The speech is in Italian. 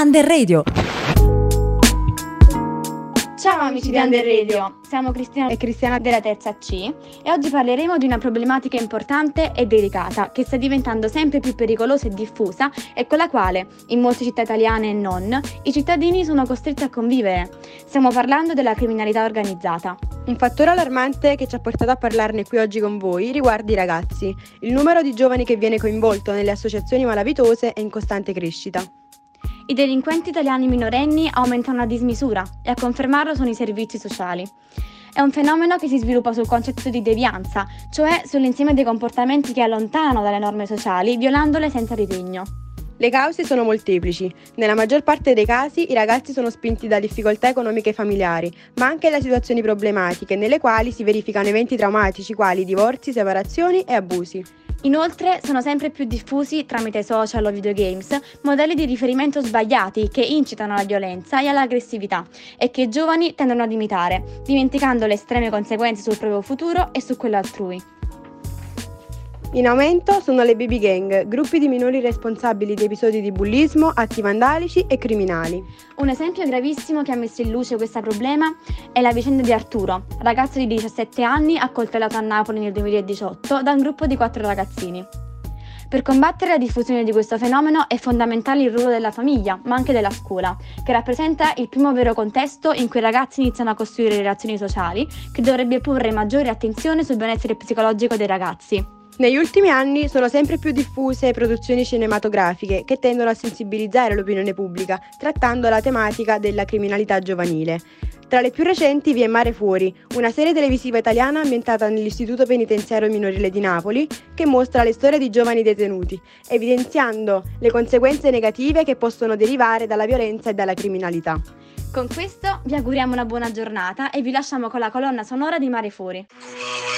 Under Radio. Ciao amici di Under Radio, siamo Cristina e Cristiana della terza C e oggi parleremo di una problematica importante e delicata che sta diventando sempre più pericolosa e diffusa e con la quale, in molte città italiane e non, i cittadini sono costretti a convivere. Stiamo parlando della criminalità organizzata. Un fattore allarmante che ci ha portato a parlarne qui oggi con voi riguarda i ragazzi. Il numero di giovani che viene coinvolto nelle associazioni malavitose è in costante crescita. I delinquenti italiani minorenni aumentano a dismisura e a confermarlo sono i servizi sociali. È un fenomeno che si sviluppa sul concetto di devianza, cioè sull'insieme dei comportamenti che allontanano dalle norme sociali, violandole senza ritegno. Le cause sono molteplici. Nella maggior parte dei casi i ragazzi sono spinti da difficoltà economiche familiari, ma anche da situazioni problematiche nelle quali si verificano eventi traumatici quali divorzi, separazioni e abusi. Inoltre sono sempre più diffusi, tramite social o videogames, modelli di riferimento sbagliati che incitano alla violenza e all'aggressività e che i giovani tendono ad imitare, dimenticando le estreme conseguenze sul proprio futuro e su quello altrui. In aumento sono le baby gang, gruppi di minori responsabili di episodi di bullismo, atti vandalici e criminali. Un esempio gravissimo che ha messo in luce questo problema è la vicenda di Arturo, ragazzo di 17 anni accoltellato a Napoli nel 2018 da un gruppo di 4 ragazzini. Per combattere la diffusione di questo fenomeno è fondamentale il ruolo della famiglia, ma anche della scuola, che rappresenta il primo vero contesto in cui i ragazzi iniziano a costruire relazioni sociali, che dovrebbe porre maggiore attenzione sul benessere psicologico dei ragazzi. Negli ultimi anni sono sempre più diffuse produzioni cinematografiche che tendono a sensibilizzare l'opinione pubblica, trattando la tematica della criminalità giovanile. Tra le più recenti vi è Mare Fuori, una serie televisiva italiana ambientata nell'Istituto Penitenziario Minorile di Napoli, che mostra le storie di giovani detenuti, evidenziando le conseguenze negative che possono derivare dalla violenza e dalla criminalità. Con questo vi auguriamo una buona giornata e vi lasciamo con la colonna sonora di Mare Fuori.